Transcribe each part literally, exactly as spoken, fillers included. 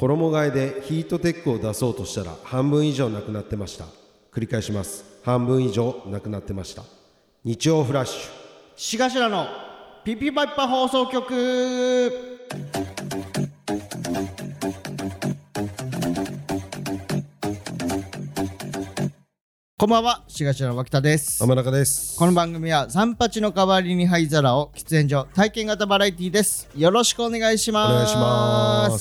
衣替えでヒートテックを出そうとしたら半分以上なくなってました。繰り返します。半分以上なくなってました。日曜フラッシュしがしらのピピパッパ放送局。こんばんは、しがしらの脇田です。 天中です。 この番組は三八の代わりに灰皿を喫煙所体験型バラエティです。よろしくお願いします。 お願いします。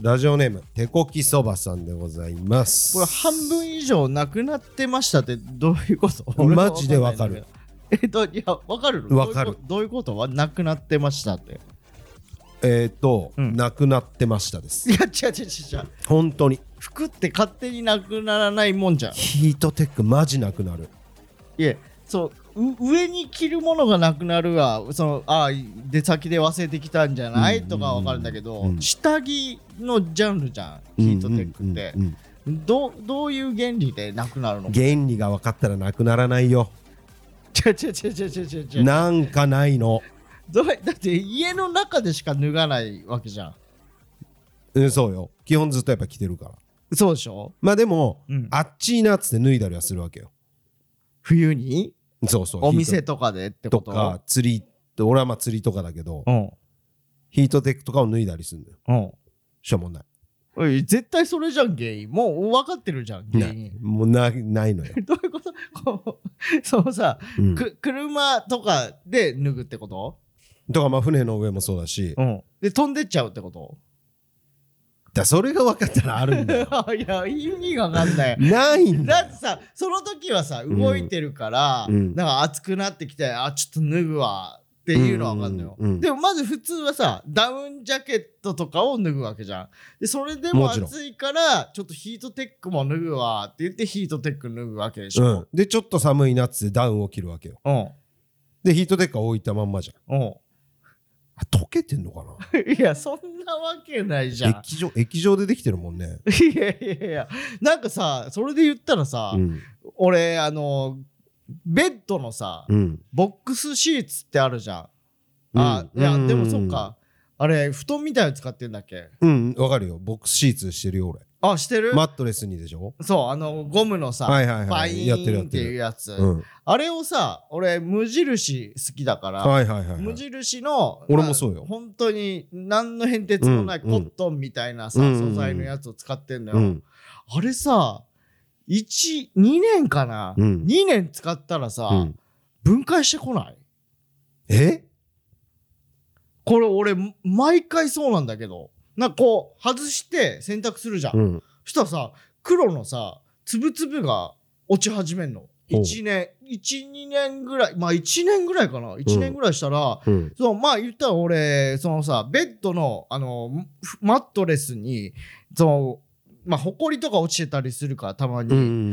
ラジオネーム手こきそばさんでございます。 これ半分以上なくなってましたってどういうこと？ マジでわかる。 えっといやわかるの？ わかる。 どういうことはなくなってましたって？ えーと、 うん、 なくなってましたです。 いや違う違う違う違う。 本当に服って勝手になくならないもんじゃん。 ヒートテックマジなくなる。 いえ、そう上に着るものがなくなるはそのあ出先で忘れてきたんじゃない、うん、とかわかるんだけど、うん、下着のジャンルじゃんヒートテックって、うんうんうんうん、ど, どういう原理でなくなるの？ 原理が分かったらなくならないよ。 ちゃちゃちゃちゃちゃちゃちゃなんかないの。 どだって家の中でしか脱がないわけじゃん。 うん、そうよ。基本ずっとやっぱ着てるから。 そうでしょ。 まあでも、うん、あっちいなっつって脱いだりはするわけよ。 冬に？ そうそう。 お店とかでってこと？ とか釣り、俺はまあ釣りとかだけど、 うん、 ヒートテックとかを脱いだりするんだよ。 うん、 しょうもない。 おい絶対それじゃん原因。もう分かってるじゃん原因。 もう な, ないのよ。 どういうこと？こうそうさ、うん、く車とかで脱ぐってこと？ とかまあ船の上もそうだし、 うん、で飛んでっちゃうってこと？ だそれが分かったらあるんだよ。 いや意味が分かんない。 ないんだよ。 だってさその時はさ動いてるから、うん、なんか熱くなってきてあちょっと脱ぐわっていうのは分かんのよ、うんうんうん、でもまず普通はさダウンジャケットとかを脱ぐわけじゃん。でそれでも暑いからちょっとヒートテックも脱ぐわって言ってヒートテック脱ぐわけでしょ、うん、 でちょっと寒いなっつってダウンを着るわけよ、うん、でヒートテックは置いたまんまじゃん、うん、溶けてんのかな。 いやそんなわけないじゃん。 液状液状でできてるもんね。 いやいやいやなんかさそれで言ったらさ、うん、俺あのベッドのさ、うん、ボックスシーツってあるじゃん、うん、あいやでもそっかあれ布団みたいなの使ってんだっけ？うんわかるよ。ボックスシーツしてるよ俺。 あしてる？ マットレスにでしょ。 そうあのゴムのさ、 はいはいはい、 バイーンっていうやつ、うん、あれをさ俺無印好きだから、 はいはいはいはい、 無印の俺もそうよ、 まあ、本当に何の変哲もないコットンみたいなさ、うん、素材のやつを使ってんのよ、うん、あれさいち、にねんかな、うん、にねん使ったらさ、うん、分解してこない？ えこれ俺毎回そうなんだけどなんかこう外して洗濯するじゃん、うん、そしたらさ黒のさつぶつぶが落ち始めんの。いちねんいち、にねんぐらいまあいちねんぐらいかないちねんぐらいしたら、うん、そうまあ言ったら俺そのさベッドのあのマットレスにそのまあほこりとか落ちてたりするからたまに、うん、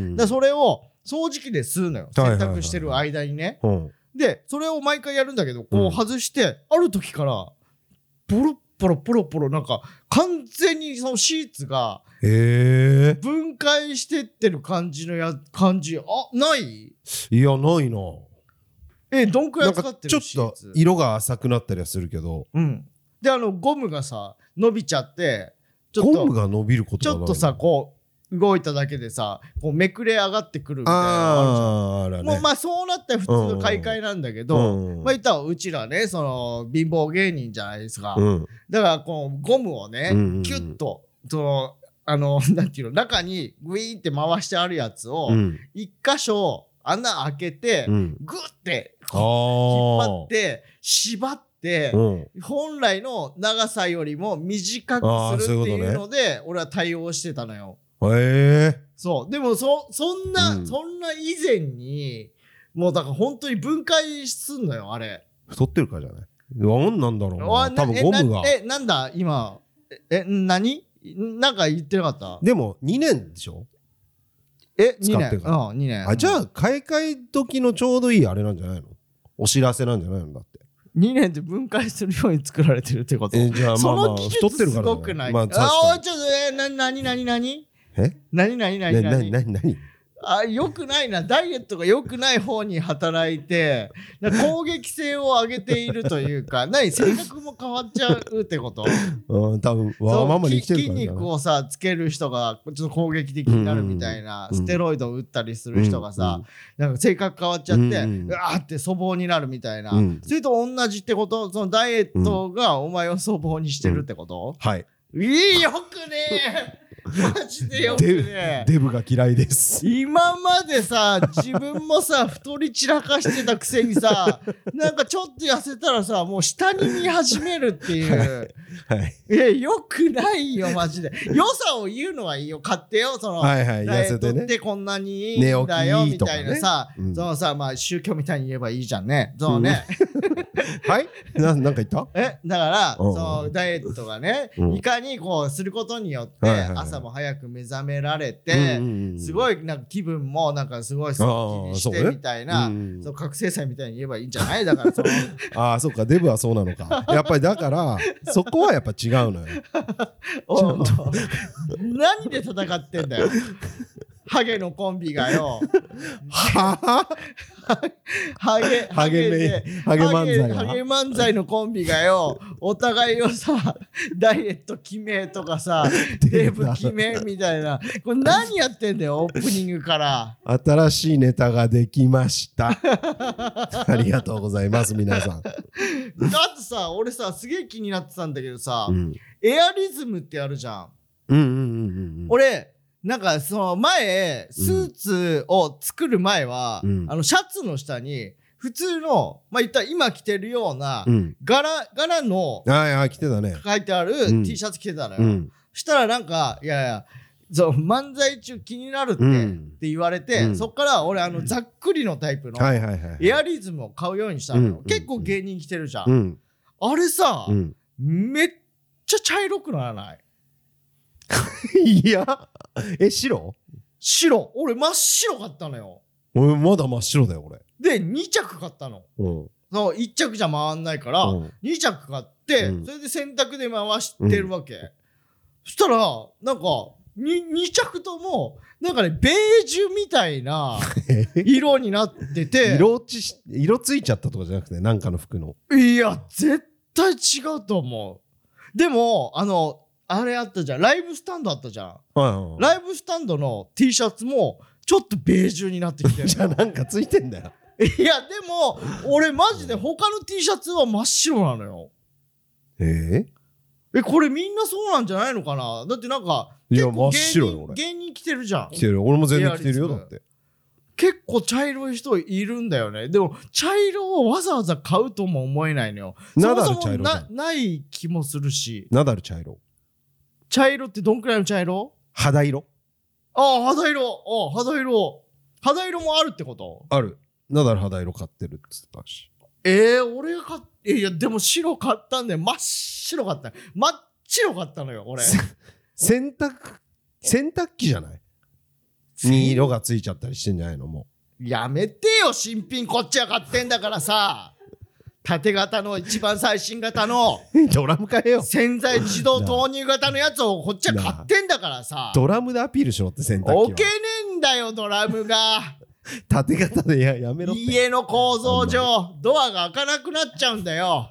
だそれを掃除機で吸うのよ洗濯してる間にね、はいはいはい、でそれを毎回やるんだけどこう外して、うん、ある時からポロッポロポロポロなんか完全にそのシーツが分解してってる感じのや感じあない？ いやないな。 えどんくらい使ってる？ なんかちょっと色が浅くなったりはするけど、 うんであのゴムがさ伸びちゃってちょっとゴムが伸びることがない。 ちょっとさこう動いただけでさこうめくれ上がってくるみたいなのあるじゃん。あーあらね、もうまあそうなったら普通の買い替えなんだけど、うんうん、まあ言ったらうちらねその貧乏芸人じゃないですか、うん、だからこうゴムをね、うんうんうん、キュッとそのあのなんていうの中にグイーンって回してあるやつを一箇所穴開けて、うん、グッて引っ張って縛ってうん、本来の長さよりも短くするっていうので、ね、俺は対応してたのよ。 へえ。 そうでも そ, そんな、うん、そんな以前にもうだから本当に分解すんのよあれ。 太ってるからじゃない？何なんだろうな。多分ゴムがえ な, えなんだ今え何なんか言ってなかった？ でもにねんでしょ？ えにねん使ってから、 うん、にねんあじゃあ買い替え時のちょうどいいあれなんじゃないの？お知らせなんじゃないの？だってにねんで分解するように作られてるってこと？ えじゃあまあまあ太ってるから、ね、 すごくない？ まあ、 ああちょっとえなになになになにえなになになになになになにあ、よくないな。ダイエットがよくない方に働いて、攻撃性を上げているというか、何、性格も変わっちゃうってこと？ うん、多分わがままに生きてるから、ね、 筋肉をさつける人がちょっと攻撃的になるみたいな、うんうん、ステロイドを打ったりする人がさ、うんうん、なんか性格変わっちゃって、うんうん、うわーって粗暴になるみたいな、うん、それと同じってこと？そのダイエットがお前を粗暴にしてるってこと？ うん、はい。 いい、よくねえ。マジでよくね。 デブが嫌いです。 今までさ、自分もさ太り散らかしてたくせにさ、なんかちょっと痩せたらさ、もう下に見始めるっていう、はいはい、えよくないよマジで。良さを言うのはいいよ、買ってよ、その、はいはい、ダイエットってこんなにいいんだよみたいなさ、ね、そのさ、まあ宗教みたいに言えばいいじゃんね、そのね、 うん、はいな、なんか言った？ えだからそのダイエットがね、うん、いかにこうすることによって、はいはいはい、朝も早く目覚められて、うんうんうん、すごいなんか気分もなんかすごいすっきりしてみたいな、ね、うん、その覚醒剤みたいに言えばいいんじゃない？だからそのああ、そっか、デブはそうなのか。やっぱりだからそこはやっぱ違うのよ。 お何で戦ってんだよ。ハゲのコンビがよ。 はハゲハゲめハゲ漫才ハゲ漫才のコンビがよ、お互いをさ、ダイエット決めとかさ、デブ決めみたいな、これ何やってんだよ、オープニングから。 新しいネタができました。ありがとうございます皆さん。 だってさ、俺さ、すげえ気になってたんだけどさ、うん、エアリズムってあるじゃん。 うんうんうんうん、 俺なんかその前スーツを作る前は、うん、あのシャツの下に普通のまあ言ったら今着てるような柄、うん、柄のはいはい着てたね書いてある T シャツ着てたのよ、うん、したらなんかいやいやそう漫才中気になるって、うん、って言われて、うん、そっから俺あのざっくりのタイプのエアリズムを買うようにしたのよ、うん、結構芸人着てるじゃん、うん、あれさ、うん、めっちゃ茶色くならない？ いやえ白白俺真っ白買ったのよ。 俺まだ真っ白だよ俺でに着買ったの、うん、そういっ着じゃ回んないから、うん、に着買って、うん、それで洗濯で回してるわけ、うん、そしたらなんか 2, に着ともなんかねベージュみたいな色になってて色落ちし色ついちゃったとかじゃなくてなんかの服のいや絶対違うと思う。でもあのあれあったじゃん、ライブスタンドあったじゃん、はいはいはい、ライブスタンドの T シャツもちょっとベージュになってきてるじゃあなんかついてんだよ。 いやでも俺マジで他の T シャツは真っ白なのよ。 えー、 えこれみんなそうなんじゃないのかな。だってなんかいや真っ白よ俺芸人着てるじゃん。 着てる俺も全然着てるよだって。 結構茶色い人いるんだよね。でも茶色をわざわざ買うとも思えないのよ。 ナダル茶色じゃん。 な, ない気もするし。 ナダル茶色茶色ってどんくらいの茶色？ 肌色。 ああ肌色。ああ肌色。肌色もあるってこと？ ある。ナダル肌色買ってるっつったし。 えー、俺が買っいやでも白買ったんだよ。真っ白買った真っ白買ったのよ俺。 洗濯洗濯機じゃない？に色がついちゃったりしてんじゃないの？もうやめてよ、新品こっちは買ってんだからさ。縦型の一番最新型のドラム買えよ。 洗剤自動投入型のやつをこっちは買ってんだからさ。 ドラムでアピールしろって洗濯機は。 置けねえんだよドラムが。 縦型で や, やめろって。 家の構造上ドアが開かなくなっちゃうんだよ。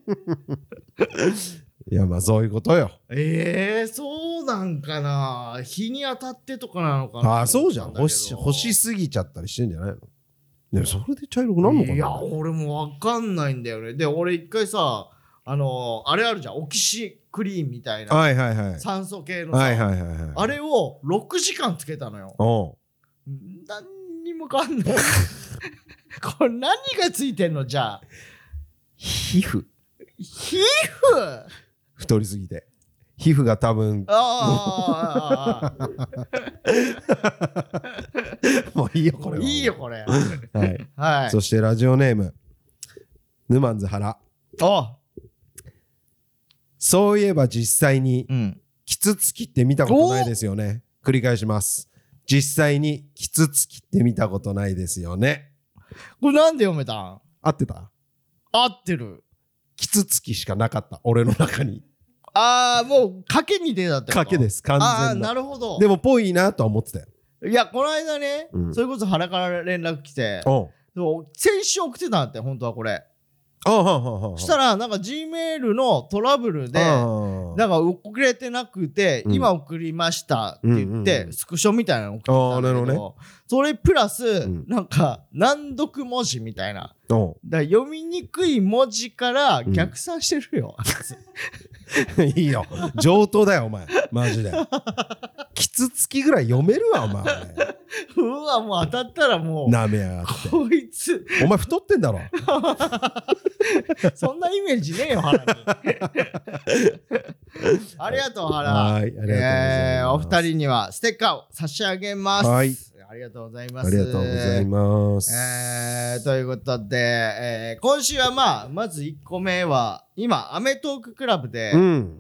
いやまあそういうことよ。 えー、そうなんかな。日に当たってとかなのかな。 ああそうじゃん。干し干しすぎちゃったりしてんじゃないの？ね、それで茶色くなるのかな。 いや俺もわかんないんだよね。で俺一回さあのー、あれあるじゃんオキシクリーンみたいな、 はいはいはい、 酸素系のさ、 はいはいはいはい、 あれをろくじかんつけたのよ。 お何にも変わんない。これ何がついてんのじゃあ。 皮膚皮膚太りすぎて皮膚が多分ああもういいよこれは。 いいよこれ。 はい、はい、そしてラジオネームヌマンズ原。 あそういえば実際に、うん、キツツキって見たことないですよね。繰り返します。実際にキツツキって見たことないですよね。 これなんで読めたん？ 合ってた？ 合ってる。 キツツキしかなかった俺の中に。 ああもう賭けに出たってこと？ 賭けです完全な。 ああなるほど。 でもぽいなとは思ってたよ。 いやこの間ね、 うん、 それこそ原から連絡来て、先週送ってたんだって本当はこれ。 ああはははしたらなんか G メールのトラブルでなんか送れてなくて、うん、今送りましたって言って、うんうん、スクショみたいなの送ってたんだけど、ね、それプラス、うん、なんか難読文字みたいな、だから読みにくい文字から逆算してるよ、 うん、いいよ上等だよお前マジでキツツキぐらい読めるわお前うわもう当たったらもうなめやがってこいつお前太ってんだろそんなイメージねえよ原にありがとう原。はい、ありがとうございます、えー、お二人にはステッカーを差し上げます。はい、ありがとうございます。 ありがとうございます、 えー、ということで、えー、今週はまあまずいっこめは今アメトーーククラブで、うん、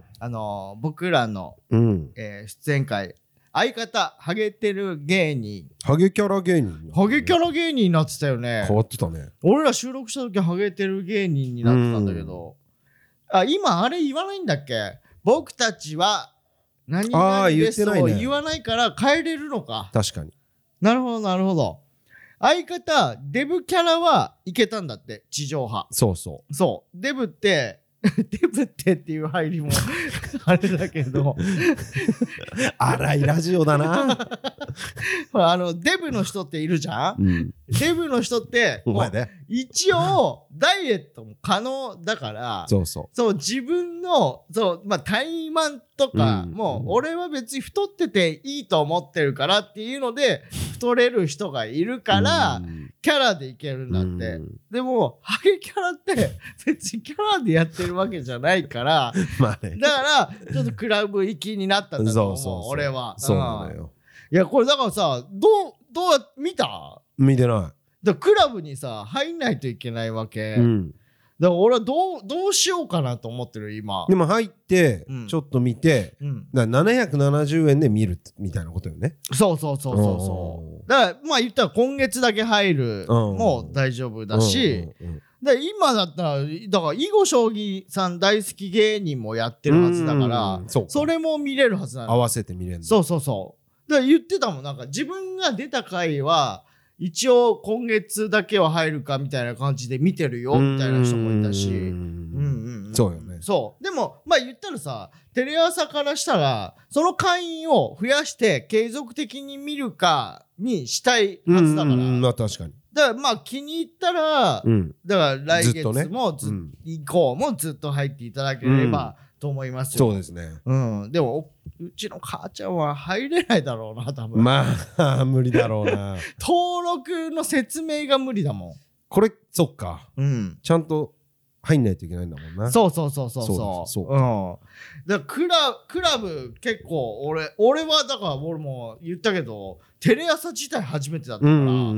あのー、僕らの、うんえー、出演会相方ハゲてる芸人ハゲキャラ芸人ハゲキャラ芸人になってたよね。 変わってたね。 俺ら収録した時ハゲてる芸人になってたんだけど、あ今あれ言わないんだっけ。僕たちは何々ですと言わないから変えれるのか。 確かに。 なるほどなるほど。相方デブキャラはいけたんだって地上波。 そうそうそうデブってデブってっていう入りもあれだけど荒いラジオだなあのデブの人っているじゃん、うん、デブの人ってお前ね一応ダイエットも可能だからそうそうそう自分のそうまあ怠慢とか、うん、もう俺は別に太ってていいと思ってるからっていうので太れる人がいるから、うん、キャラでいけるんだって、うん、でもハゲキャラって別にキャラでやってるわけじゃないからまあ、ね、 だからちょっとクラブ行きになったんだと思う。そうそうそう俺はそうなのよ。 いやこれだからさどうどうや見た？ 見てない。 だクラブにさ入んないといけないわけ、うん、だから俺はどうどうしようかなと思ってる今。 でも入ってちょっと見て、うん、だななひゃくななじゅうえんで見るみたいなことよね。 そうそうそうそうそうだからまあ言ったら今月だけ入るも大丈夫だし、で今だったらだから囲碁将棋さん大好き芸人もやってるはずだから そ, それも見れるはずなの。 合わせて見れるの。 そうそうそうだから言ってたもんなんか自分が出た回は一応今月だけは入るかみたいな感じで見てるよみたいな人もいたし、うんうんうん、そうよね。 そうでもまあ言ったらさテレ朝からしたらその会員を増やして継続的に見るかにしたいはずだから。うんまあ確かに。 だからまあ気に入ったら、うん、だから来月もずっと、ね、以降もずっと入っていただければ、うん、と思いますよ。 そうですね。 うん。でもうちの母ちゃんは入れないだろうな多分。 まあ無理だろうな。 登録の説明が無理だもん。 これそっか。うん。ちゃんと入んないといけないんだもんな。 そうそうそうそうそう。そうか。うん。だからクラクラブ結構俺俺はだから俺も言ったけどテレ朝自体初めてだったから、うんうんうん、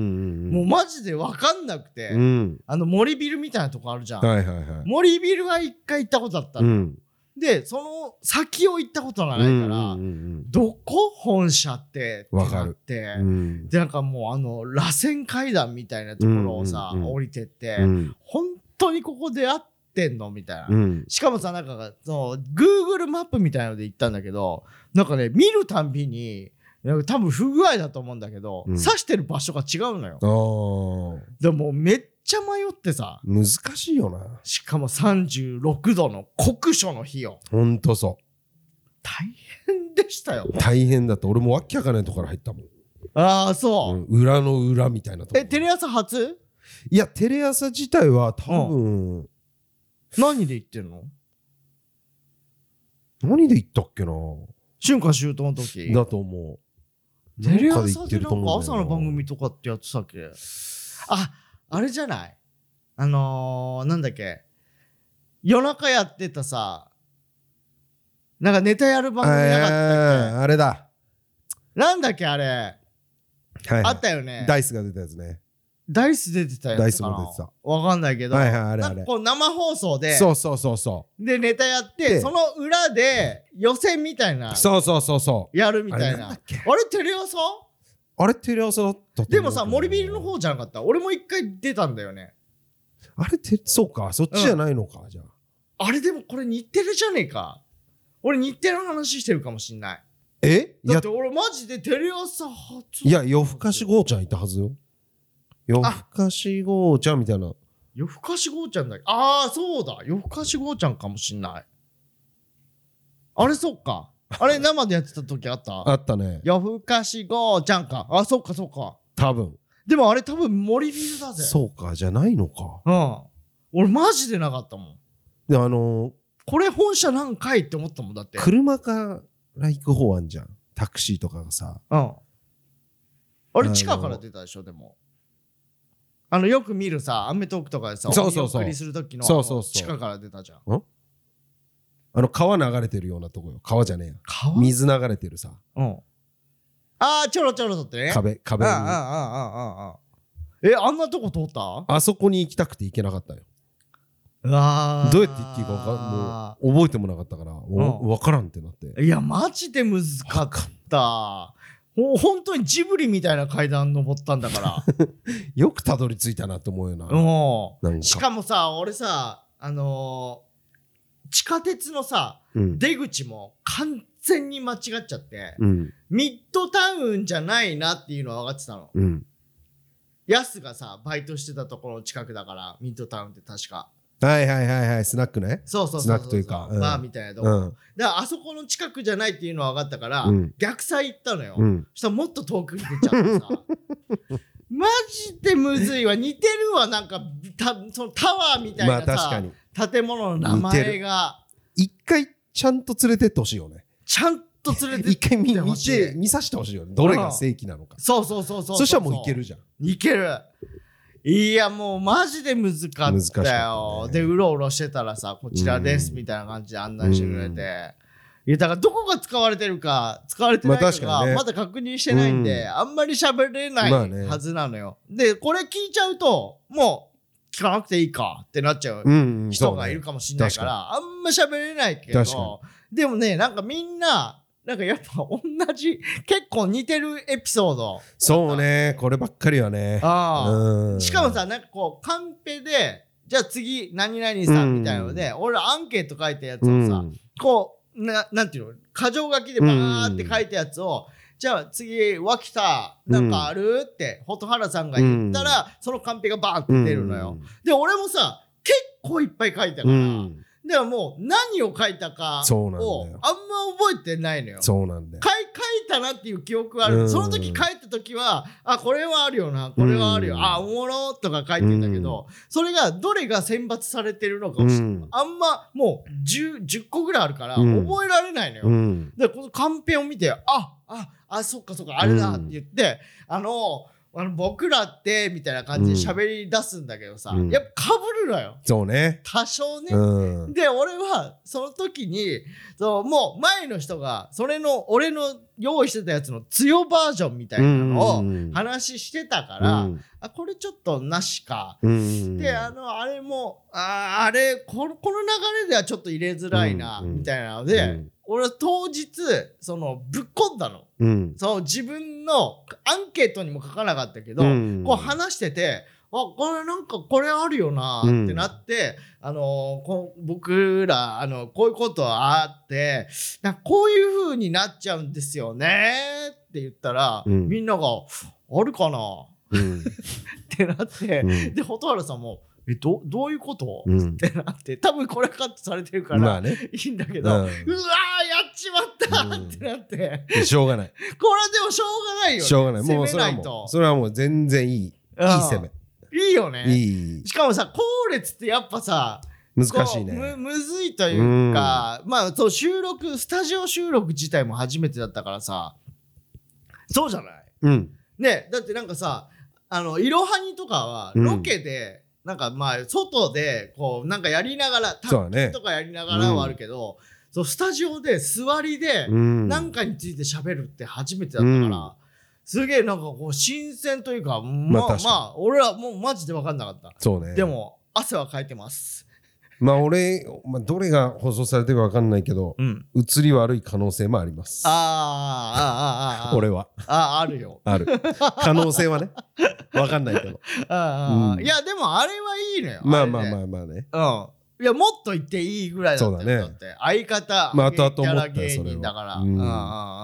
もうマジで分かんなくて、うん、あの森ビルみたいなとこあるじゃん、はいはいはい、森ビルは一回行ったことあったの、うん、でその先を行ったことがないから、うんうんうん、どこ本社ってってなって、うん、でなんかもうあの螺旋階段みたいなところをさ、うんうんうん、降りてって、うん、本当にここで会ってんのみたいな、うん、しかもさなんかその Google マップみたいなので行ったんだけどなんかね見るたんびに多分不具合だと思うんだけど、うん、指してる場所が違うのよ。でもめっちゃ迷ってさ難しいよな。 しかもさんじゅうろくどの酷暑の日よ。 ほんとそう大変でしたよ。 大変だった。俺もわっきゃかないとこから入ったもん。 ああそう、 うん、裏の裏みたいなとこ。 えテレ朝初？ いやテレ朝自体は多分、うん、 何で行ってんの？ 何で行ったっけな。 春夏秋冬の時だと思う。 テレ朝でなんか朝の番組とかってやってたっけ？あ、あれじゃない？あのー、なんだっけ？夜中やってたさ、なんかネタやる番組なかったっけ？ あれだ。 なんだっけあれ？はいはい、あったよね。 ダイスが出たやつね。 ダイス出てたやつかな。 ダイスも出てた。 わかんないけど、はいはい、あれあれなんかこう生放送で、 そうそうそうそう。 でネタやってその裏で予選みたいな、 そうそうそうそうやるみたいな。あれテレ朝？ あれテレ朝だったでもさ森ビルの方じゃなかった？俺も一回出たんだよね。 あれてそうかそっちじゃないのか、うん、じゃあ。 あれでもこれ日テレじゃねえか。俺日テレの話してるかもしんない。 え？ だって俺マジでテレ朝初。 いや夜更かしゴーちゃんいたはずよ。夜更かしゴーちゃんみたいな。 夜更かしゴーちゃんだっけ。ああそうだ、夜更かしゴーちゃんかもしんない。あれそっか、あれ生でやってた時あったあったね。 夜更かしゴーちゃんか。あそっかそっか。 多分でもあれ多分森ビルだぜ。 そうかじゃないのか。 うん俺マジでなかったもん。 であのー、 これ本社なんかいって思ったもんだって。 車から行く方あんじゃん、タクシーとかがさ。 うんあれ地下から出たでしょ。でもあのよく見るさアメトーークとかでさそうそうそうお見送りする時のそうそうそう地下から出たじゃん。 あの川流れてるようなとこよ。川じゃねえや、 川水流れてるさ。 うんあーちょろちょろとってね。 壁壁に。 あああああああえあんなとこ通った？ あそこに行きたくて行けなかったよ。 うわどうやって行っていいか分かもう覚えてもなかったから、もう分からんってなって。 いやマジで難かったほ本当にジブリみたいな階段登ったんだからよくたどり着いたなって思うよな。 うんなんかしかもさ俺さあのー、地下鉄のさ、うん、出口も完全に間違っちゃって、うん、ミッドタウンじゃないなっていうのは分かってたの、うん、ヤスがさバイトしてたところの近くだからミッドタウンって確かはいはいはいはいスナックね。 そうそうそうそうスナックというか、 うん、バーみたいなとこ、うん、だからあそこの近くじゃないっていうのは分かったから、うん、逆サイ行ったのよ、うん、そしたらもっと遠くに出ちゃってさマジでむずいわ。似てるわなんかたそのタワーみたいなさ、まあ、確かに建物の名前が一回ちゃんと連れてってほしいよね。 ちゃんと連れてってほしい。 一回見見て見させてほしいよね、どれが正規なのか、うん、 そうそうそうそうそう。 そしたらもういけるじゃん。 いける。いやもうマジで難かったよ、ね、でうろうろしてたらさこちらですみたいな感じで案内してくれて、いやだからどこが使われてるか使われてないかがまだ確認してないんで、あんまり喋れないはずなのよ、でこれ聞いちゃうともう聞かなくていいかってなっちゃう人がいるかもしれないから、あんま喋れないけど、でもねなんかみんななんかやっぱ同じ結構似てるエピソード。 そうねこればっかりはね。あうんしかもさなんかこうカンペでじゃあ次何々さんみたいなので、うん、俺アンケート書いたやつをさ、うん、こうななんていうの箇条書きでバーって書いたやつを、うん、じゃあ次脇田なんかある、うん、って蛍原さんが言ったら、うん、そのカンペがバーって出るのよ、うん、で俺もさ結構いっぱい書いたから、うんでももう何を書いたかをあんま覚えてないのよ。 そうなんだよ。 書い、書いたなっていう記憶がある。その時書いた時はあこれはあるよなこれはあるよあおもろとか書いてんだけど、それがどれが選抜されてるのかもしれない。あんまもう 10, 10個ぐらいあるから覚えられないのよ。でこのカンペを見てあああそっかそっかあれだって言って、あのあの僕らってみたいな感じで喋り出すんだけどさ、うん、やっぱかぶるのよ。 そうね多少ね、 うん、 で俺はその時にそのもう前の人がそれの俺の用意してたやつの強バージョンみたいなのを話してたから、うん、あこれちょっとなしか、うん、であのあれもああれこのこの流れではちょっと入れづらいな、みたいなので、うん俺は当日そのぶっ込んだの、うん、そう自分のアンケートにも書かなかったけど、うん、こう話しててあこれなんかこれあるよなってなって、うん、あのこ僕らあのこういうことあってなんかこういう風になっちゃうんですよねって言ったら、うん、みんながあるかな、うん、ってなって、うん、で蛍原さんもえど, どういうこと、うん、ってなって多分これカットされてるから、まあね、いいんだけど、うん、うわーやっちまった、うん、ってなってしょうがないこれでもしょうがないよねしょうがないもうそれはもうそれはもう全然いいいい攻めいいよねいいしかもさ後列ってやっぱさ難しいねむ, むずいというか、うん、まあそう収録スタジオ収録自体も初めてだったからさそうじゃない、うん、ねだってなんかさあのいろはにとかはロケで、うんなんかまあ外でこうなんかやりながら卓球とかやりながらはあるけど、ねうん、そうスタジオで座りで何かについて喋るって初めてだったから、うん、すげえなんかこう新鮮というかまあまあ俺はもうマジで分かんなかった。 そうね。 でも汗はかいてます。 まあ俺、まあ、どれが放送されてるか分かんないけど、うん、映り悪い可能性もあります。 あーあーあーあー俺はああるよある可能性はね分かんないけどあ、うん、いやでもあれはいいのよ。 まあまあまあまあねうんいやもっと言っていいぐらいだったよ。そうだね。だって相方、 まあ後々 思ったよそれは。芸人だから、うん、ああああ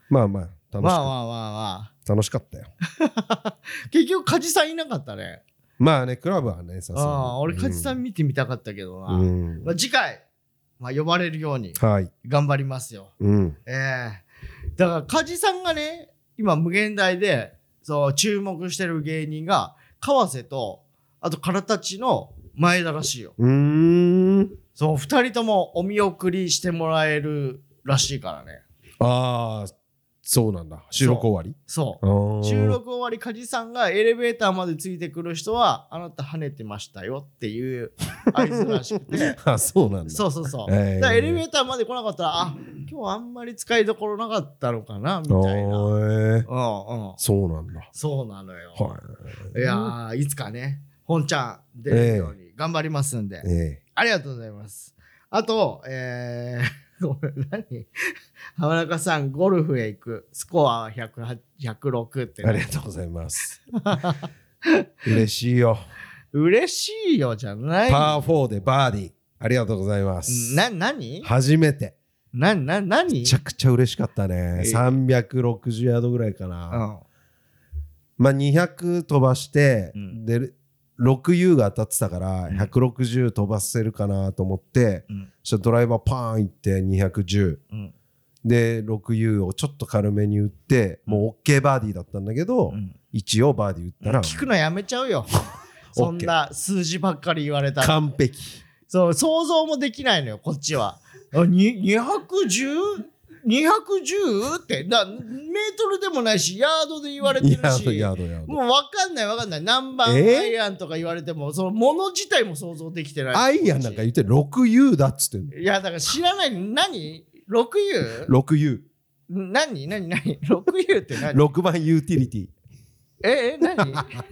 まあまあ楽しかった、 まあまあまあま楽しかったよ。 あ結局梶さんいなかったね。 まあねクラブはねさすがに。 ああ俺梶さん見てみたかったけどな、 うんまあ、次回、まあ、呼ばれるようにはい。 頑張りますよ。 うん。 ええだから梶さんがね今無限大でそう注目してる芸人が川瀬とあとからたちの前田らしいよ。 うーん。 そう二人ともお見送りしてもらえるらしいからね。 ああそうなんだ。収録終わり。 そうあー収録終わり梶さんがエレベーターまでついてくる人はあなた跳ねてましたよっていう合図らしくてあそうなんだ。 そうそうそう、 えーだからエレベーターまで来なかったらあ今日あんまり使いどころなかったのかなみたいな。 あーえーうんうんそうなんだ。 そうなのよ、 はいやーいつかね本ちゃん出れるように頑張りますんで、 い。えありがとうございます。あとえー、ごめん何浜中さんゴルフへ行くスコアはひゃくはち ひゃくろくってえありがとうございます。嬉しいよ。 嬉しいよじゃないパーフォーでバーディー。ありがとうございます。 な何初めて。 なな何めちゃくちゃ嬉しかったね。 えさんびゃくろくじゅうヤードぐらいかうな。 んまあにひゃく飛ばして、 うんでろくユー が当たってたからひゃくろくじゅう飛ばせるかなと思って、 うんそしたらドライバーパーンいってにひゃくじゅううんでろくユー をちょっと軽めに打ってもう OK バーディーだったんだけど、 うん一応バーディー打ったら聞くのやめちゃうよそんな数字ばっかり言われたら完璧。 そう想像もできないのよこっちはあに にひゃくじゅう?にひゃくじゅう ってだメートルでもないしヤードで言われてるヤードしヤードヤードもう分かんない分かんない何番アえイアンとか言われてもそのもの自体も想像できてないアイアンなんか言ってろくユー だっつってんの。 いやだから知らない何 ろくユー? ろくユ何何何 ろくユー ってー。 何ろくばんユーティリティ。 ええ何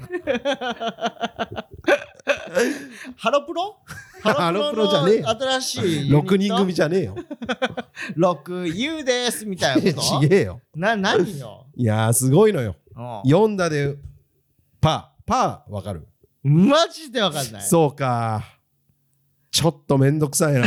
ハロプロハロプロじゃねえよ新しいユニットろくにん組じゃねえよ。 ろくユー ですみたいなことちげえよ。 な何よ、 いやーすごいのよ。 うよん打でパー。パーわかる？ ん、マジで分かんないそうか。ちょっとめんどくさいな。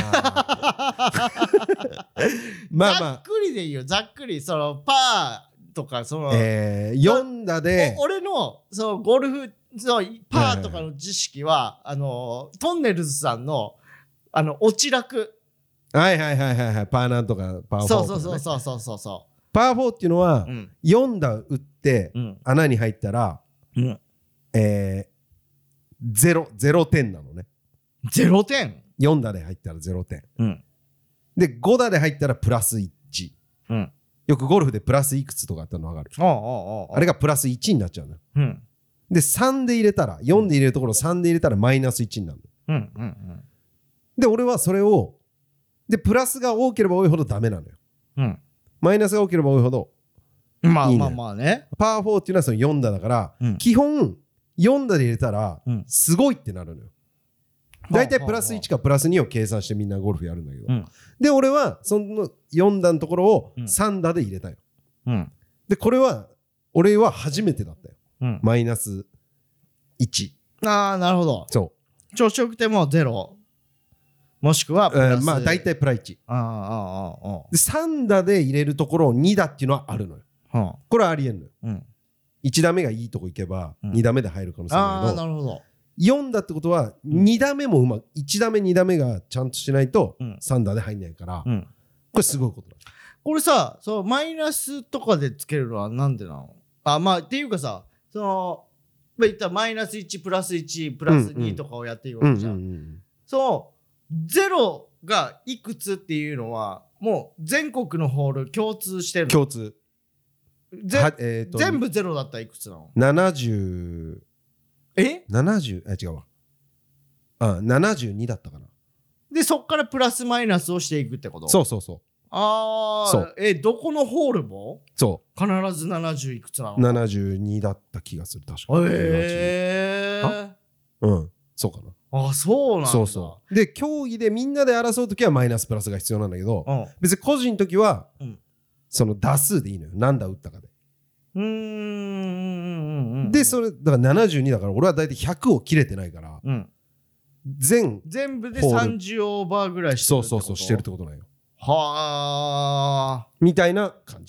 まあまあ、 ざっくりでいいよざっくりそのパーとかその、 えー、よん打でお俺のそのゴルフそのパーとかの知識は、あのトンネルズさんのあの落ち楽はいはいはいはいはいパーなんとかパーフォーそうとか、ね、 そうそうそうそうそパーフォーっていうのは、 ううんよん打打ってうん穴に入ったら、 うんえー、ゼロ、ゼロ点なのね。 ゼロてんよん打で入ったらゼロてん。 うんで、ご打で入ったらプラスいち。 うんよくゴルフでプラスいくつとかあったの分かる？ おうおうおうおうあれがプラスいちになっちゃうのよ。 うんで、さんで入れたら、よんで入れるところさんで入れたらマイナスいちになるの。 うんうんうんで、俺はそれを、で、プラスが多ければ多いほどダメなのよ。 うんマイナスが多ければ多いほど、いいねまあまあまあねパーフォーっていうのはそのよん打だから、 うん基本よん打で入れたらうんすごいってなるのよ。だいたいプラスいちかプラスにを計算してみんなゴルフやるんだけど、 うんで俺はそのよん打のところをうんさん打で入れたよ。 うんでこれは俺は初めてだったよ。 うんマイナスいち。 ああなるほどそ調子よくてもゼロもしくはう、 プラスえーまあ大体プラいちああああああでさん打で入れるところをに打っていうのはあるのよ。 ああこれはありえんのよ。 うんいち打目がいいとこ行けばうんに打目で入る可能性あああるけど、 なるほどよん打ってことはに打目もうまくいち打目に打目がちゃんとしないとうんさん打で入んないから、 うんこれすごいことだ。 これさそうマイナスとかでつけるのはなんでなのあまあっていうかさそのまあ言ったらマイナスいちプラスいちプラスにとかをやっていくわけじゃん、 うんうんうんそうゼロがいくつっていうのはもう全国のホール共通してるの共通ぜはえーと全部ゼロだったらいくつなのななじゅうえななじゅうあ違うわあななじゅうにだったかな。 でそっからプラスマイナスをしていくってことそうそうそうああそうえどこのホールもそ必ずななじゅういくつなのうななじゅうにだった気がする確か。 へえうんそうかな。 あそうなんだそうそうで競技でみんなで争う時はマイナスプラスが必要なんだけど、 うん別に個人の時は、 うんその打数でいいのよ。何打打ったかで、 うーんうんうんうんでそれだからななじゅうにだから俺は大体ひゃくを切れてないからうん全全部でホールさんじゅうオーバーぐらいしてるそうってことそうそうしてるってことなんよはあみたいな感じ。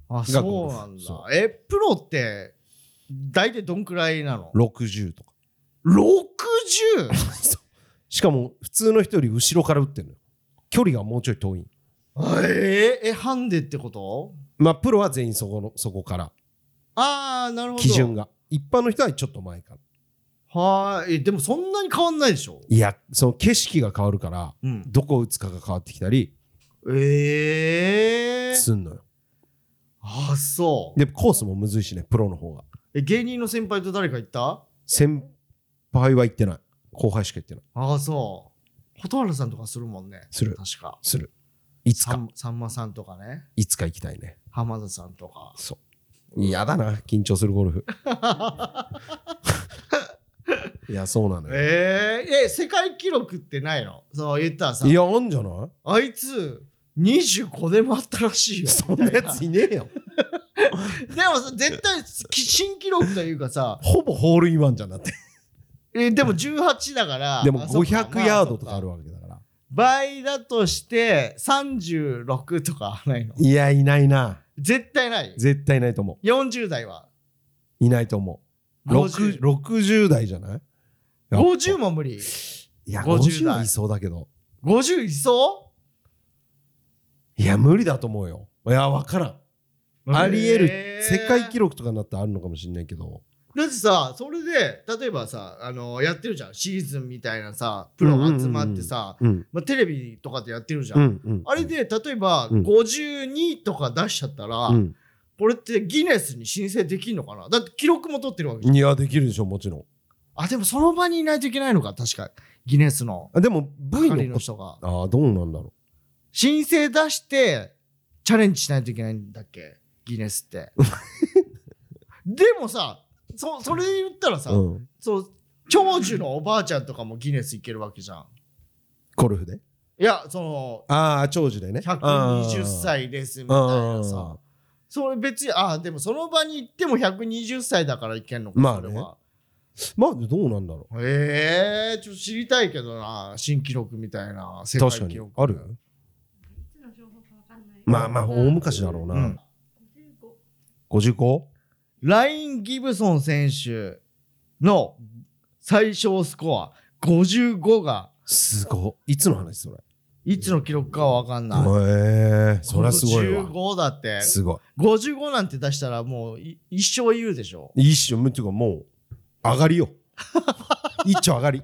あ、 がそゴルフうなんだそ。 え、プロって大体どんくらいなの？ ろくじゅうとか。 ろくじゅう？ しかも普通の人より後ろから打ってるのよ。距離がもうちょい遠い。 えー、え、ハンデってこと？ まあプロは全員そこのそこからああ、なるほど。 基準が。一般の人はちょっと前から。 はーい。えでもそんなに変わんないでしょ？ いや、その景色が変わるから、 うん。 どこを打つかが変わってきたりええー。 すんのよ。 あ、そう。 でコースもむずいしね、プロの方が。 え、芸人の先輩と誰か行った？ 先輩は行ってない。後輩しか行ってない。 ああ、そう。蛍原さんとかするもんね。 する確か。 する。いつかさんさんまさんとかね。 いつか行きたいね。 浜田さんとか。 そう嫌だな、緊張するゴルフ。いや、そうなのよ。 えー、え、世界記録ってないの？そう言ったらさ、 いや、あんじゃない？ あいつにじゅうごでもあったらしいよ。 そんなやついねえよ。 でもさ、絶対き新記録というかさ、 ほぼホールインワンじゃんなって。 えでもじゅうはちだからでもあそっかごひゃくヤードとかあるまあわけだから。 倍だとしてさんじゅうろくとかないの？ いや、いないな。 絶対ない。 絶対いないと思よんじゅう代は？ う。いないと思う。 ごじゅうろくじゅう代じゃない？やっぱごじゅうも無理。 いや、 ごじゅうごじゅう代はいそうだけど。 ごじゅういそいや、無理だと思うよ。いや、わからん。 う？ あり得る。 へー世界記録とかになったらあるのかもしれないけど。 だってさ、それで例えばさ、あのやってるじゃん、シーズンみたいなさ、プロ集まってさ、 うん。 まあ、テレビとかでやってるじゃん、 うん。うん。 あれで例えばうんごじゅうにとか出しちゃったら、 うん。 これってギネスに申請できんのかな？だって記録も取ってるわけじゃん。 いや、できるでしょ、もちろん。 あ、でもその場にいないといけないのか、確かギネスのあでも V 係のの人がああ、どうなんだろ申請出してチャレンジしないといけないんだっけ、ギネスってでもさ、そそれ言ったらさ、 う。うん。 そう長寿のおばあちゃんとかもギネスいけるわけじゃん。 ゴルフでいや、そのああ、長寿でね。 ひゃくにじゅっさいですみたいなさ、それ別に、あ、でもその場に行ってもひゃくにじゅっさいだからいけんのか、 まあねそれは。 まあ、どうなんだろう。 へえー、ちょっと知りたいけどな、新記録みたいな、世界確かに記録。 ある。まあまあ、大昔だろうな。 うんごじゅうご？ ライン・ギブソン選手の最小スコアごじゅうごがすごい。いつの話それ？ いつの記録かは分かんない。 へえ、そりゃすごいわ。 ごじゅうごだって。 すごごじゅうごなんて出したらもうい一生言うでしょ。 い。一瞬、っていうかもう、上がりよ。一丁上がり。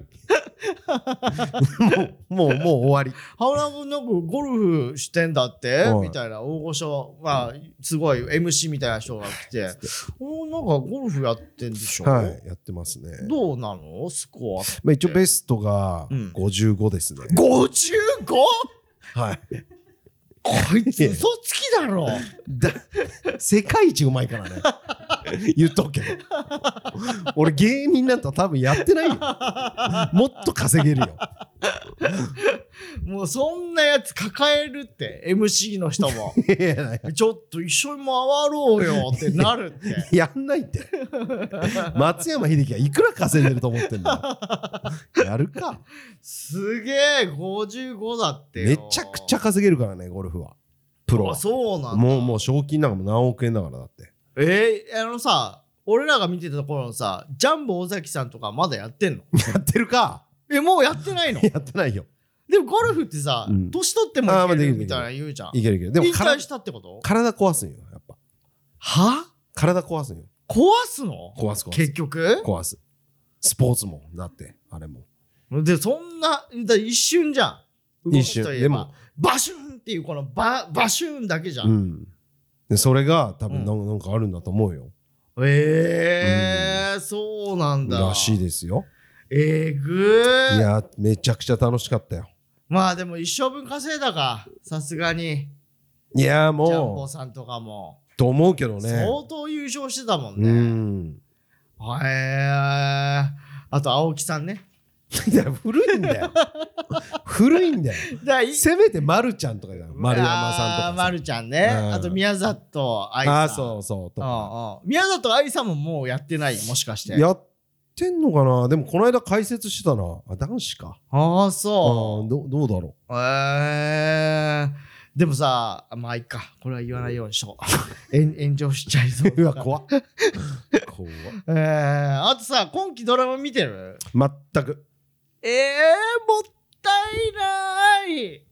もう、もう、もう終わり。 ハラ君なんかゴルフしてんだってはいみたいな大御所、まあ、すごい エムシー みたいな人が来て、おなんかゴルフやってんでしょ、 はい、やってますね。 どうなのスコアって。 まあ、一応ベストがうんごじゅうごですね。 ごじゅうご？ はい。 こいつ嘘つきだろ。 だ世界一うまいからね。言っとくけど。俺芸人なんて多分やってないよ。もっと稼げるよ。 もうそんなやつ抱えるって エムシー の人もいやいやいやちょっと一緒に回ろうよってなるってやんないって。松山英樹はいくら稼いでると思ってんだよ。やるか。 すげえごじゅうごだってよ。 めちゃくちゃ稼げるからね、ゴルフは。プロはあ、そうなんだ。 もうもう賞金なんかも何億円だからだって。 えー、あのさ、俺らが見てた頃のさ、ジャンボ尾崎さんとかまだやってんの？ やってるか。 え、もうやってないの？ やってないよ。 でもゴルフってさ、 うん年取ってもあーまあできるいけるみたいな言うじゃん。 いけるいける。でも引退体したってこと？ 体壊すんよ、やっぱ。 は？ 体壊すんよ。 壊すの？ 壊す壊す。 結局？ 壊す。スポーツもだってあれも。 で、そんな、だ一瞬じゃん。動一瞬くといえばでもバシュンっていうこのババシュンだけじゃ。 うんん。でそれが多分うんなんなんかあるんだと思うよ。 えー、そうなんだ。 らしいですよ。 えぐー。 いやめちゃくちゃ楽しかったよ。 まあでも一生分稼いだか、さすがに。 いやジャンボもさんとかも。 うと思うけどね。 相当優勝してたもんうね。 ん。 へえ。あと青木さんね。 いや古いんだよ。古いんだよ。 だいせめて丸ちゃんとかじゃん。丸山さんとあーかさ。 丸ちゃんね。 うんあと宮里愛さん。 ああそうそうとか。 うんうん宮里愛さんももうやってないもしかして。 やってんのかな。でもこの間解説してたな。あ男子か。 あああそーどどうだろう。えー、 でもさ、まあいいか、これは言わないようにしとこう炎炎上しちゃいそううわだから怖っ怖っえー、あとさ、今期ドラマ見てる？ 全くえー、もったい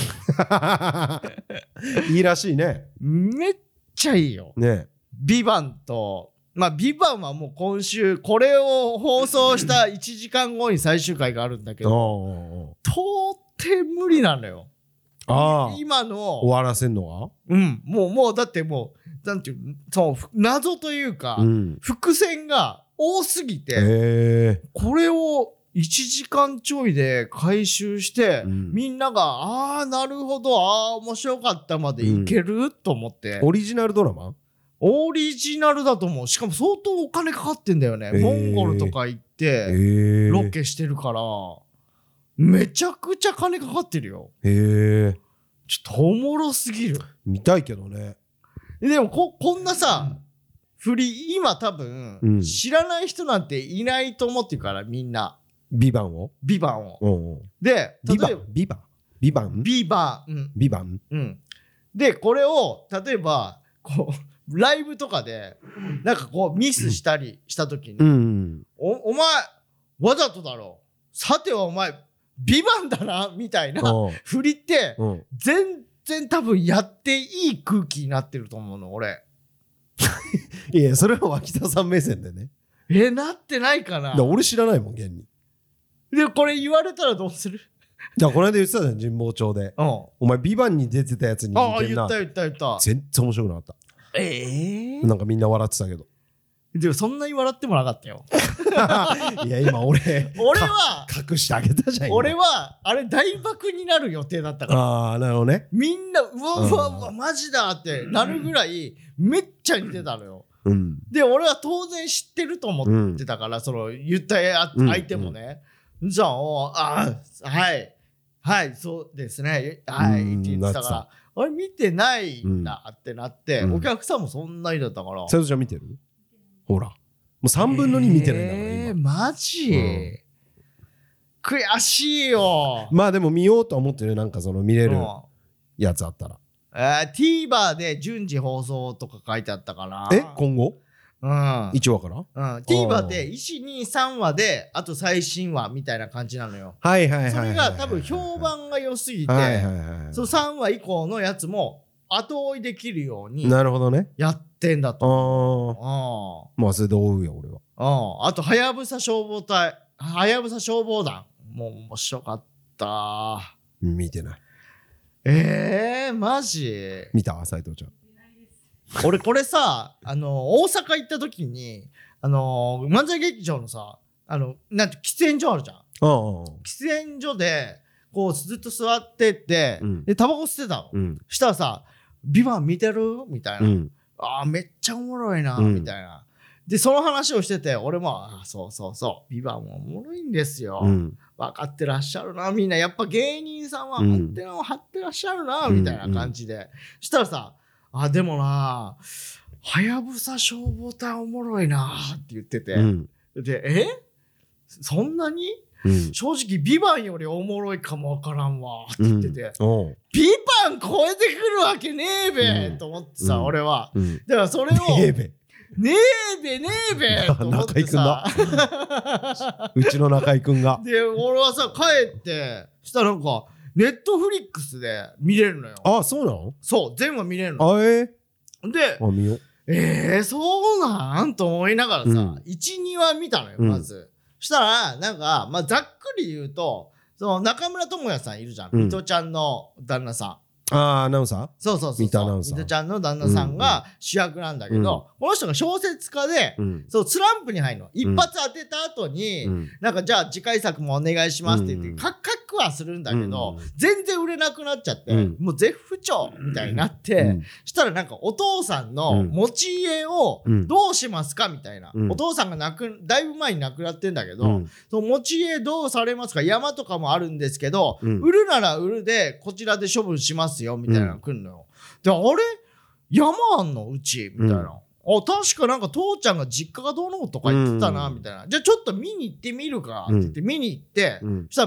ないいいらしいねめっちゃいいよ。 ねビバンと、まあビバンはもう今週、これを放送したいちじかんごに最終回があるんだけえど、到底無理なのよ。 ああ今の、 終わらせんのはうん、もう、もうだってもう、なんていう、その、謎というか、 うん伏線が多すぎて、 へえこれをいちじかんちょいで回収して、 うんみんなが、ああ、なるほど、ああ、面白かったまでいける、と思って。 オリジナルドラマオリジナルだと思う。しかも相当お金かかってんだよね。 へーモンゴルとか行って、 へえロケしてるから、めちゃくちゃ金かかってるよ。 へえちょっとおもろすぎる。 見たいけどねでもこ、こんなさ、振り、今多分、 うん知らない人なんていないと思ってるから、みんな。 ビバンをビバンを。 うんうんで、 ビバ例えばンビバンビバンビバン。 ビバンうん。うん。で、これを、例えば、こう、ライブとかで、なんかこう、ミスしたりしたときに、 うんお、お前、わざとだろ。さてはお前、ビバンだな、みたいなうん振りって、 うん全然多分やっていい空気になってると思うの、俺。 いやそれは脇田さん目線でねえ、なってないかなだから俺知らないもん現にで、これ言われたらどうする？ じゃあこの間言ってたじゃん神保町でうん。 お前ビバンに出てたやつにああ、 似てんな言った言った言った。 全然面白くなかっええたなんかみんな笑ってたけどでもそんなに笑ってもなかったよ。 いや今俺俺は、 隠してあげたじゃん今俺は、あれ大爆になる予定だったから。 ああなるほどねみんな、うわうわうわ、マジだってなるぐらい、めっちゃ似てたのよ。 うんで、俺は当然知ってると思ってたから、その、言ったやうん相手もね。じゃあ、おああ、はい。はい、そうですね。はい、 うんって言ってたかなっら、あれ見てないんだってなって、 うんお客さんもそんなにだったから。 斉藤ちゃん見てるほらもうさんぶんのに見てないんだからえー、 今マジ、 うん悔しいよ。 まあでも見ようとは思ってるなんかその見れるうんやつあったらえー、TVer で順次放送とか書いてあったかな。 え今後うん。 いちわからうん、TVer でいち、に、さんわであと最新話みたいな感じなのよ。 はいはいはいはいそれが多分評判が良すぎて、 はいはいはいそのさんわ以降のやつも後追いできるようになるほどねやってんだあと思う。 あまあそれで追うよ俺はうんうんあと、はやぶさ消防隊、はやぶさ消防団。もう面白かった。 見てないえー、マジ見た斉藤ちゃん俺これさ、あの、大阪行った時に、あの、漫才劇場のさ、あの、なんて、喫煙所あるじゃん。 ああ喫煙所で、こう、ずっと座ってて、 うんで、タバコ吸ってたの。 うんしたらさ、ビバン見てるみたいな。 うんああ、めっちゃおもろいな、 うんみたいな。で、その話をしてて、俺も、ああ、そうそうそう、ビバンもおもろいんですよ。 うん分かってらっしゃるな、みんな。やっぱ芸人さんは、 うんハテナを張ってらっしゃるな、 うんみたいな感じで。したらさ、あ、でもな、はやぶさ消防隊おもろいな、って言ってて。 うんで、えそんなにうん正直、ビバンよりおもろいかもわからんわ、って言ってて。 おうビバン超えてくるわけねえべ、 うんと思ってさ、 うん俺は。 うんだからそれを、 ええべねえべねえべと思ってさ。 うちの中居くんがで、俺はさ、帰って、したらなんか、ネットフリックスで見れるのよ。 あそうなのそう、全話見れるの。 あえで、 あ見ようえー、そうなんと思いながらさ、 うんいち、にわ見たのよ、 うんまず。したら、なんか、まあ、ざっくり言うと、その中村智也さんいるじゃん。 うん水戸ちゃんの旦那さん。 ああアナウンサーそうそうそうそう。 水戸アナウンサー水戸ちゃんの旦那さんが主役なんだけど、 うんこの人が小説家で、 うんそう、スランプに入るの。一発当てた後に、 うんなんかじゃあ次回作もお願いしますって言って、 うんカッカックはするんだけど、 うん全然売れなくなっちゃって、 うんもう絶不調みたいになって、 うんしたらなんかお父さんのうん持ち家をうんどうしますかみたいな、 うんお父さんが亡くだいぶ前に亡くなってんだけど、 うんその持ち家どうされますか山とかもあるんですけど、 うん売るなら売るでこちらで処分しますよみたいなの来るのよ。で、あれ山あんのうちみたいな。 うんあ、確かなんか父ちゃんが実家がどうのとか言ってたな、 うんみたいな。じゃあちょっと見に行ってみるかって言って見に行って、 うんそしたらめっ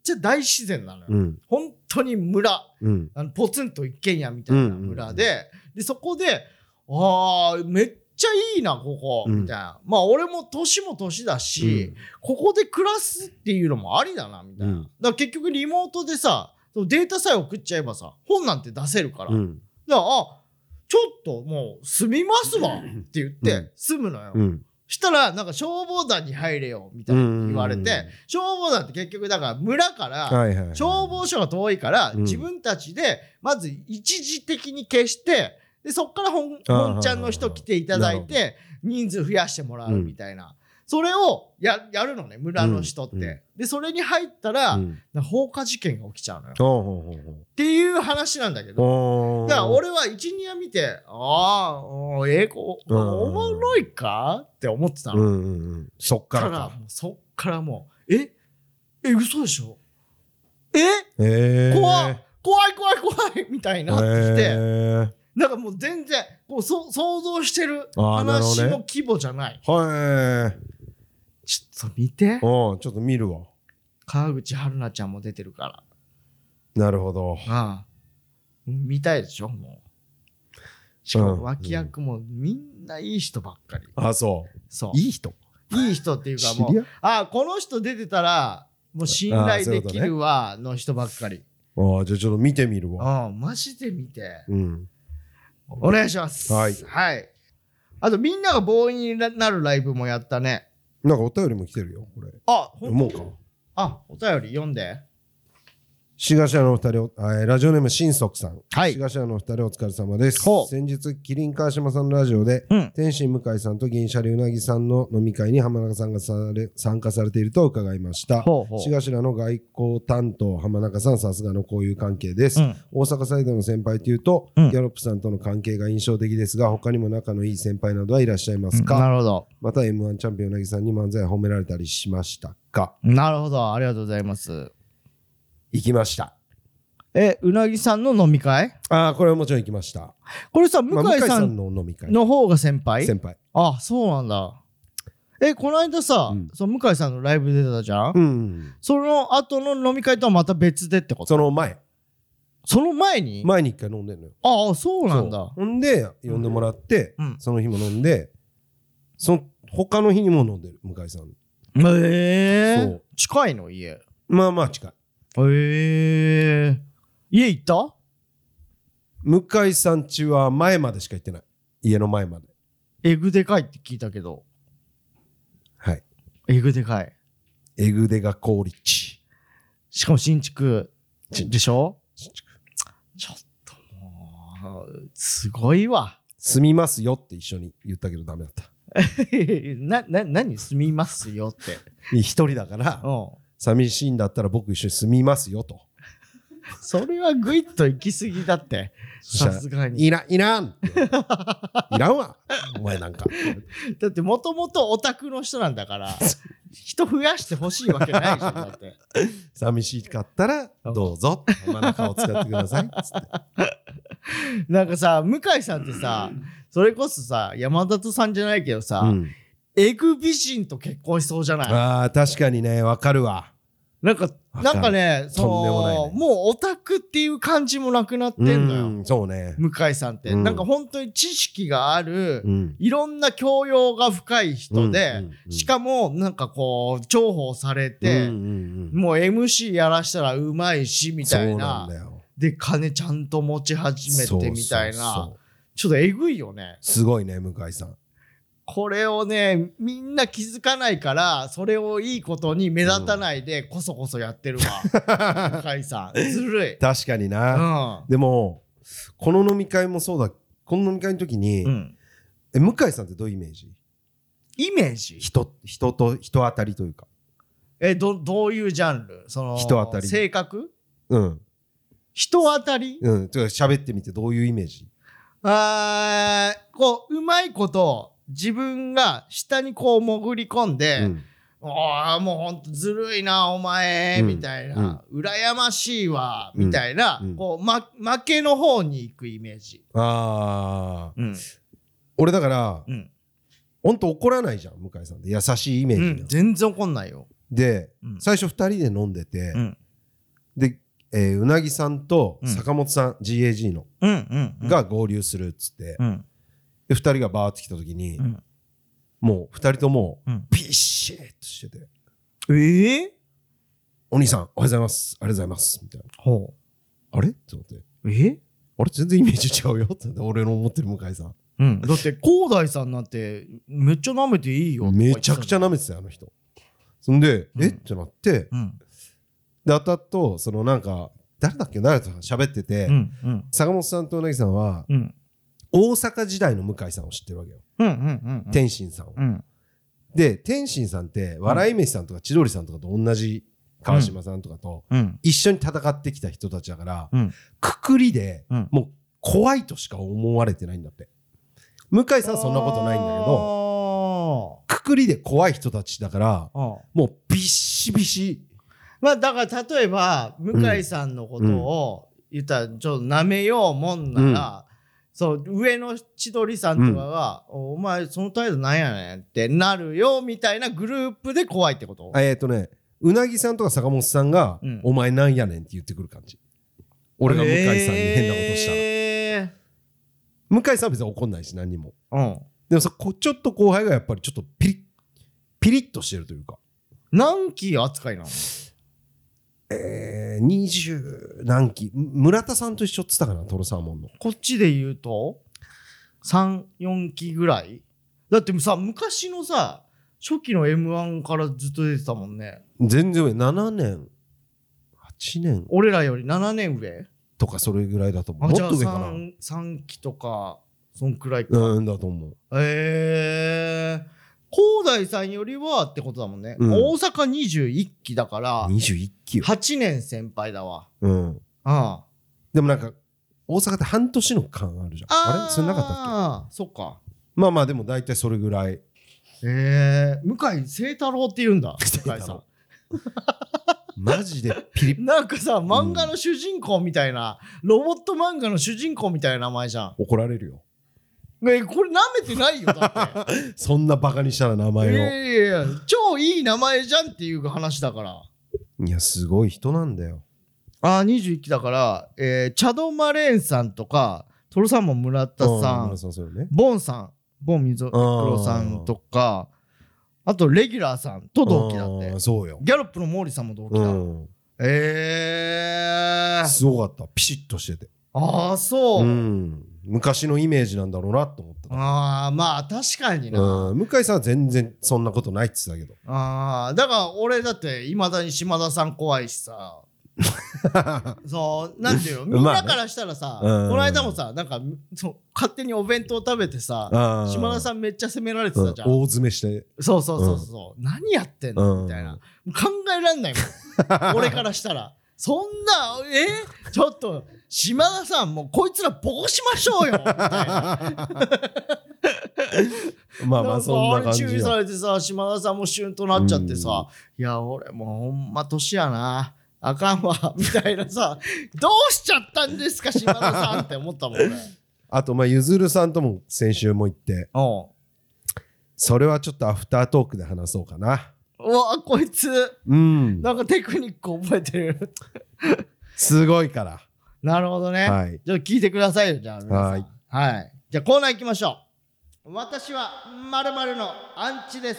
ちゃ大自然なのよ、 うん、 本当に村、 うん、 あのポツンと一軒家みたいな村で、うんうんうん、でそこであーめっちゃいいなここ、うん、みたいな。まあ俺も年も年だし、うん、ここで暮らすっていうのもありだなみたいな、うん、だから結局リモートでさデータさえ送っちゃえばさ本なんて出せるから、うん、だからあちょっともう住みますわって言って住むのよ、うん、したらなんか消防団に入れよみたいに言われて、うんうんうん、消防団って結局だから村から消防署が遠いから、はいはいはい、自分たちでまず一時的に消してでそっから本本ちゃんの人来ていただいて人数増やしてもらうみたいな、うん、それを や, やるのね村の人って、うんうん、でそれに入ったら、うん、放火事件が起きちゃうのよ、うん、っていう話なんだけど、だから俺は一二夜見てああえー、こおもろいかって思ってたの、うんうんうん、そっからかそっからもうええ嘘でしょええー、怖い怖い怖い怖いみたいになってきて、えーなんかもう全然こうそ想像してる話の規模じゃない。はい。ちょっと見て。 おちょっと見るわ。 川口春奈ちゃんも出てるから。 なるほど。ああ見たいでしょもう。しかも脇役もみんないい人ばっかり。 あ、そう。 そう。 いい人。 いい人っていうかもうあこの人出てたらもう信頼できるわの人ばっかり。 ああじゃあちょっと見てみるわ。 ああマジで見て。うん。お願いします。はい。はい。あとみんながボーイになるライブもやったね。 なんかお便りも来てるよ、これ。 あ、 読もうか。 あ、お便り読んで。 しがしらのお二人、ラジオネームしんそくさん。はい。しがしらのお二人お疲れ様です。先日、キリン川島さんのラジオで、うん、天心向井さんと銀シャリうなぎさんの飲み会に浜中さんがされ参加されていると伺いました。ほうほうしがしらの外交担当、浜中さん、さすがの交友関係です。うん、大阪サイドの先輩というと、うん、ギャロップさんとの関係が印象的ですが、他にも仲のいい先輩などはいらっしゃいますか、うん、 なるほど。 また エムワン チャンピオンうなぎさんに漫才褒められたりしましたか？ なるほど。ありがとうございます。 行きました。 え、うなぎさんの飲み会？ ああ、これはもちろん行きました。 これさ、向井さんの飲み会の方が先輩？ 先輩。 あ、そうなんだ。え、この間さ、うん、その向井さんのライブ出てたじゃん？うん。その後の飲み会とはまた別でってこと？ その前。 その前に？ 前に一回飲んでんのよ。 ああ、そうなんだ。 ほんで、呼んでもらって、うん、その日も飲んで、その他の日にも飲んでる、向井さん。 へえー。そう。近いの家？ まあまあ近い。 へえー。家行った？ 向井さん家は前までしか行ってない。家の前まで。 エグでかいって聞いたけど。 はい。 エグでかい。 エグデが高立地。 しかも新築でしょ？新築。ちょっともう、すごいわ。 住みますよって一緒に言ったけどダメだった。 な、な、何住みますよって。 一人だから、寂しいんだったら僕一緒に住みますよと。 それはグイッと行き過ぎだって。さすがに。 いらん、いらんいらんわ。お前なんか。 だってもともとオタクの人なんだから、人増やしてほしいわけないじゃん、だって。 寂しかったら、どうぞ。真中を使ってください。つってなんかさ、向井さんってさ、それこそさ、山里さんじゃないけどさ、うん、エグ美人と結婚しそうじゃない？ ああ、確かにね、わかるわ。 なんか、なんかね、その、もうオタクっていう感じもなくなってんのよ。うん、 そうね。 向井さんって。うん、なんか本当に知識がある、うん、いろんな教養が深い人で、うんうんうん、しかもなんかこう、重宝されて、うんうんうん、もう エムシー やらしたらうまいし、みたいな。そうなんだよ。で、金ちゃんと持ち始めてみたいな。そうそうそう、ちょっとえぐいよね。 すごいね、向井さん。 これをねみんな気づかないからそれをいいことに目立たないでこそこそやってるわ、向井さんずるい。 確かにな、うん、でもこの飲み会もそうだ。この飲み会の時に、うん、え向井さんってどういうイメージ？ イメージ人, 人と人当たりというかえ ど, どういうジャンル？その人当たり性格？ うん人当たり？ うん喋ってみてどういうイメージ？ あーこううまいこと自分が下にこう潜り込んで、うん、ああもうほんとずるいなお前、うん、みたいな、うん、羨ましいわ、みたいな、うん、こう、ま、負けの方に行くイメージ。 ああ、うん、俺だから、うん、ほんと怒らないじゃん向井さんって優しいイメージ、うん、 全然怒んないよ。 で、最初ふたりで飲んでて、 で、えー、うなぎさんと坂本さん、うん、ジーエージー の、 うんうんうん、が合流するっつって、 うん、 でふたりがバーって来た時に、うん、もうふたりともピッシーっとしてて、 うん、えー、 お兄さんおはようございますありがとうございますみたいな。 ほうあれって思って、 えあれ全然イメージ違うよって俺の思ってる向井さん、 うん、だって広大さんなんてめっちゃ舐めていいよ。 めちゃくちゃ舐めてたよあの人。そんで、うん、えってなって、うん、であたっとそのなんか誰だっけ誰と喋ってて、うんうん、坂本さんとうなぎさんは、うん、大阪時代の向井さんを知ってるわけよ、うんうんうんうん、天心さんを、うん、で天心さんって笑い飯さんとか千鳥さんとかと同じ川島さんとかと一緒に戦ってきた人たちだから、うん、くくりで、うん、もう怖いとしか思われてないんだって。向井さんはそんなことないんだけど、くくりで怖い人たちだからもうビシビシ。 まあだから例えば向井さんのことを言ったらちょっと舐めようもんなら、うん、そう上の千鳥さんとかが、うん、お前その態度なんやねんってなるよみたいなグループで怖いってこと？ えっとねうなぎさんとか坂本さんが、うん、お前なんやねんって言ってくる感じ。俺が向井さんに変なことしたら、えー、向井さんは別に怒んないし何にも、うん、でもさこちょっと後輩がやっぱりちょっとピリッピリッとしてるというか。 何期扱いなの？ えー、にじゅう何期。村田さんと一緒っつったかなトロサーモンの。 こっちで言うとさん、よんきぐらいだってさ昔のさ初期の エムワン からずっと出てたもんね。 全然上ななねんはちねん俺らよりななねん上とかそれぐらいだと思う。もっと上かな。 3, さんきとかそんくらいか。 うんだと思う。 えー広大さんよりはってことだもんね、うん、大阪にじゅういっきだからにじゅういっきはちねん先輩だわ。 うん。ああでもなんか大阪って半年の間あるじゃん。 あ, あれそれなかったっけ？ああそっか。 まあまあでも大体それぐらい。 えー、向井清太郎って言うんだ向井さんマジでピリッなんかさ漫画の主人公みたいな、うん、ロボット漫画の主人公みたいな名前じゃん。 怒られるよ。 ね、これ舐めてないよだってそんなバカにしたら名前を。いやいやいや超いい名前じゃんっていう話だから。 いやすごい人なんだよ。 ああにじゅういっきだから、えー、チャドマレーンさんとかトロサーモン村田さん、ね、ボンさんボン溝黒さんとか あ, あとレギュラーさんと同期だって。 そうよ。 ギャロップの毛利さんも同期だ。えーすごかった。ピシッとしてて。 ああそう、うん、 昔のイメージなんだろうなと思った。 ああまあ確かにな、 うん、向井さんは全然そんなことないって言ってたけど。 ああだから俺だっていまだに島田さん怖いしさそうなんていうのみんなからしたらさ、まあね、この間もさなんかそう勝手にお弁当食べてさ島田さんめっちゃ責められてたじゃん、 うん、大詰めしてそうそうそうそう、うん、何やってんのみたいな、考えらんないもん俺からしたらそんなえちょっと島田さんもうこいつらボコしましょうよみたいなまあまあそんな感じよ。注意されてさ島田さんもシュンとなっちゃってさ、いや俺もうほんま年やなあかんわみたいなさどうしちゃったんですか島田さんって思ったもんね。 あとまあゆずるさんとも先週も言って、おうそれはちょっとアフタートークで話そうかな。 うわこいつ、うん、なんかテクニック覚えてるすごいから。 なるほどね、はい、じゃあ聞いてくださいよじゃあ皆さん。はい、はい、じゃあコーナー行きましょう。私は〇〇のアンチです。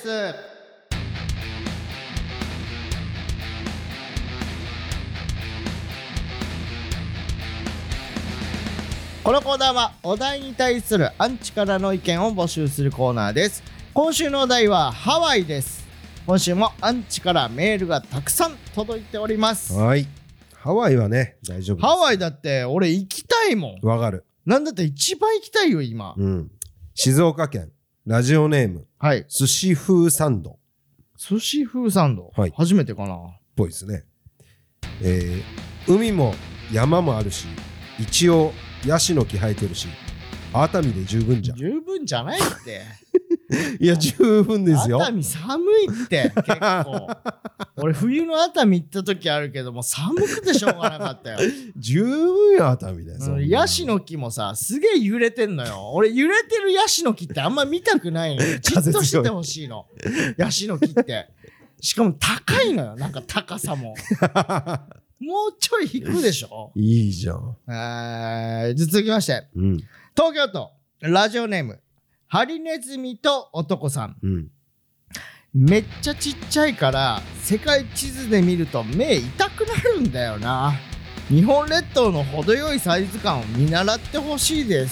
このコーナーはお題に対するアンチからの意見を募集するコーナーです。今週のお題はハワイです。今週もアンチからメールがたくさん届いております。 はい、ハワイはね大丈夫です。 ハワイだって俺行きたいもん。 わかる。 なんだって一番行きたいよ今、 うん、静岡県ラジオネーム、はい、寿司風サンド。 寿司風サンド、はい、初めてかな。っぽいですね。えー、海も山もあるし一応ヤシの木生えてるし熱海で十分じゃん。 十分じゃないっていや十分ですよ。 熱海寒いって結構俺冬の熱海行った時あるけども寒くてしょうがなかったよ十分よ熱海で。 うん、ヤシの木もさすげえ揺れてんのよ。俺揺れてるヤシの木ってあんま見たくないのよ。じっとしててほしいのヤシの木って。しかも高いのよなんか高さももうちょい引くでしょ。 いいじゃん。 えー、続きまして、 うん、 東京都ラジオネームハリネズミと男さん、 うん、 めっちゃちっちゃいから世界地図で見ると目痛くなるんだよな。日本列島の程よいサイズ感を見習ってほしいです。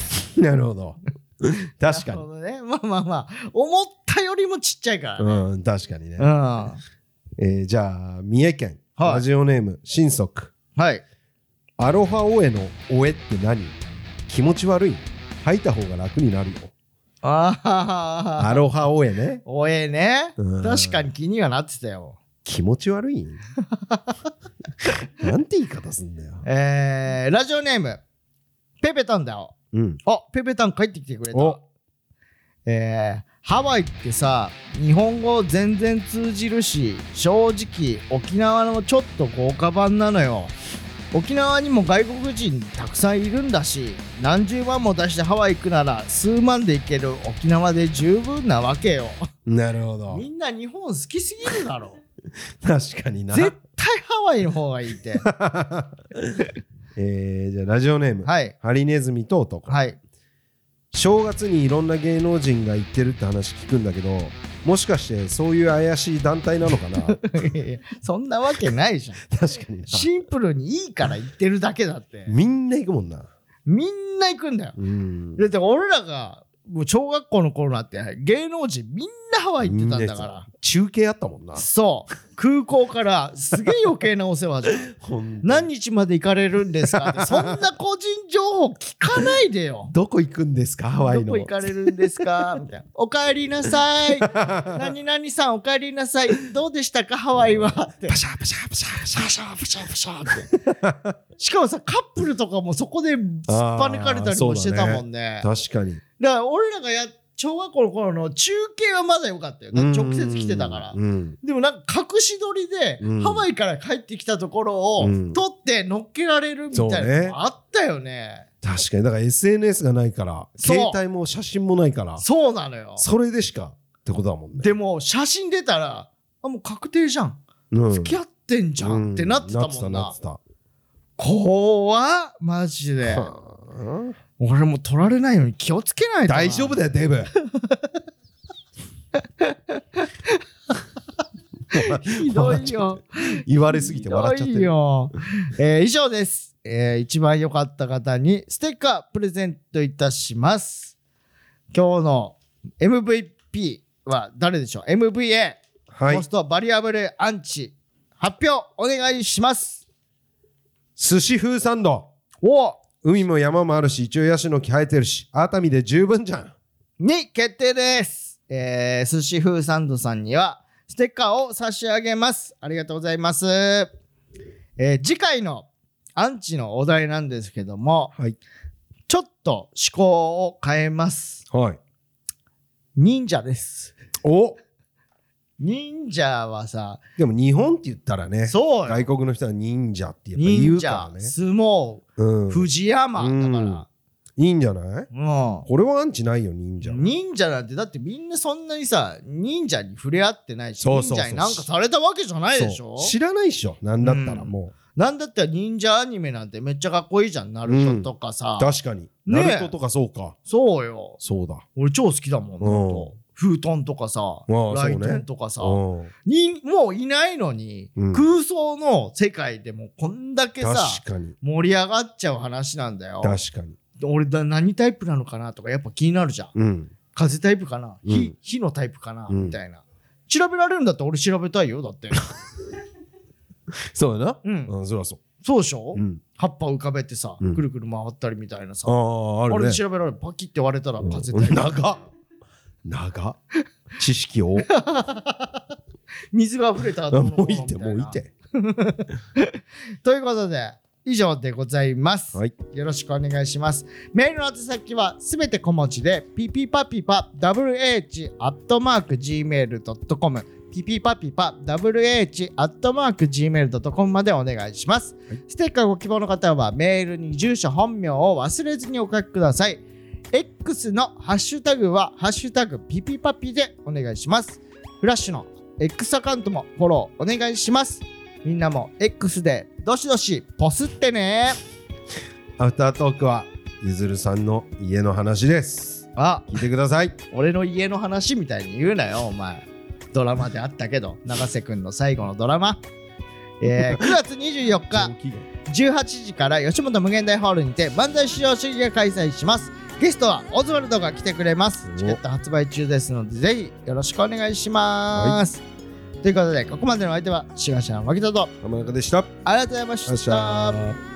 なるほど。確かに。 なるほどね。まあまあまあ、思ったよりもちっちゃいから、ね。 うん、確かにね。 うん、 えー、じゃあ、三重県、 はい、 ラジオネーム、新足。 はい。 アロハオエのオエって何？気持ち悪い？吐いた方が楽になるよ。 あアロハオエね。 おえね。確かに気にはなってたよ。 気持ち悪いなんて言い方すんだよ。 えー、ラジオネームペペタンだよ。うん。あ、ペペタン帰ってきてくれた。えー、ハワイってさ、日本語全然通じるし、正直沖縄のちょっと豪華版なのよ。沖縄にも外国人たくさんいるんだし、何十万も出してハワイ行くなら数万で行ける沖縄で十分なわけよ。 なるほど。 みんな日本好きすぎるだろ。 確かにな。 絶対ハワイの方がいいって。 えー、じゃあラジオネーム、 はい、 ハリネズミと男。はい。正月にいろんな芸能人が行ってるって話聞くんだけど、もしかしてそういう怪しい団体なのかな？ そんなわけないじゃん。 確かに。 シンプルにいいから行ってるだけだって。 みんな行くもんな。 みんな行くんだよ。うん。だって俺らがもう小学校の頃なって芸能人みんなハワイ行ってたんだから。 中継あったもんな。 そう空港からすげえ余計なお世話じゃん。何日まで行かれるんですかって、そんな個人情報聞かないでよ。 どこ行くんですかハワイの。 どこ行かれるんですかみたいな。お帰りなさい。何々さんお帰りなさい。どうでしたかハワイはって。 パシャパシャパシャパシャパシャパシャパシャって。 しかもさカップルとかもそこで突っぱ抜かれたりもしてたもんね。 確かに。 だから俺らがや小学校の頃の中継はまだ良かったよ。直接来てたから。でもなんか隠し撮りでハワイから帰ってきたところを撮って乗っけられるみたいなのあったよね。 確かに。だから エスエヌエス がないから携帯も写真もないから。 そうなのよ。 それでしかってことだもんね。 でも写真出たらあもう確定じゃん。付き合ってんじゃんってなってたもんな。怖っマジで。俺も取られないように気をつけないと。 大丈夫だよデブ。 ひどいよ。 言われすぎて笑っちゃってる。 ひどいよ。えー、以上です、えー。一番良かった方にステッカープレゼントいたします。今日の エムブイピー は誰でしょう？ エムブイエー、はい、モストバリアブルアンチ発表お願いします。 寿司風サンド。 お海も山もあるし、一応ヤシの木生えてるし、熱海で十分じゃん。 に決定です。えー、寿司風サンドさんにはステッカーを差し上げます。ありがとうございます。えー、次回のアンチのお題なんですけども、はい、ちょっと思考を変えます。はい。忍者です。 お忍者はさ、 でも日本って言ったらね、 そう外国の人は忍者ってやっぱ言うからね。 相撲、うん、藤山だから、うん、 いいんじゃない？うん。これはアンチないよ忍者。 忍者なんてだってみんなそんなにさ忍者に触れ合ってないし、そうそうそう、忍者になんかされたわけじゃないでしょ。 知らないっしょ。なんだったらもう、 うん、なんだったら忍者アニメなんてめっちゃかっこいいじゃん。ナルトとかさ、 うん、確かに、ね、ナルトとかそうか。 そうよ。 そうだ。 俺超好きだもん。うん、フートンとかさ、ライトンとかさ、にもういないのに、うん、空想の世界でもこんだけさ盛り上がっちゃう話なんだよ。 確かに。 俺だ何タイプなのかなとかやっぱ気になるじゃん。うん、風タイプかな、うん、火, 火のタイプかな、うん、みたいな。調べられるんだったら俺調べたいよ。だってそうやな。うん、うん、そりゃそう。 そうでしょ、うん、葉っぱ浮かべてさ、うん、くるくる回ったりみたいなさ、ああるね、あれ調べられる。パキって割れたら風タイプ、うん、 長っ長っ知識を水が溢れた後のもういいってもういいってということで以上でございます、はい、よろしくお願いします。メールの宛先はすべて小文字でピピパピパ ダブリューエイチ アットマーク ジーメール ドットコム ピピパピパ ダブリューエイチ アットマーク ジーメール ドットコム までお願いします、はい、ステッカーご希望の方はメールに住所本名を忘れずにお書きください。X のハッシュタグはハッシュタグピピパピでお願いします。フラッシュの X アカウントもフォローお願いします。 みんなも X でどしどしポスってね。 アフタートークはゆずるさんの家の話です。 あ、 聞いてください。 俺の家の話みたいに言うなよお前。ドラマであったけど、永瀬くんの最後のドラマ、えー、くがつにじゅうよっかじゅうはちじから吉本無限大ホールにて漫才至上主義が開催します。ゲストはオズワルドが来てくれます。チケット発売中ですのでぜひよろしくお願いします、はい、ということでここまでの相手は志賀社の牧田と浜中でした。 ありがとうございました。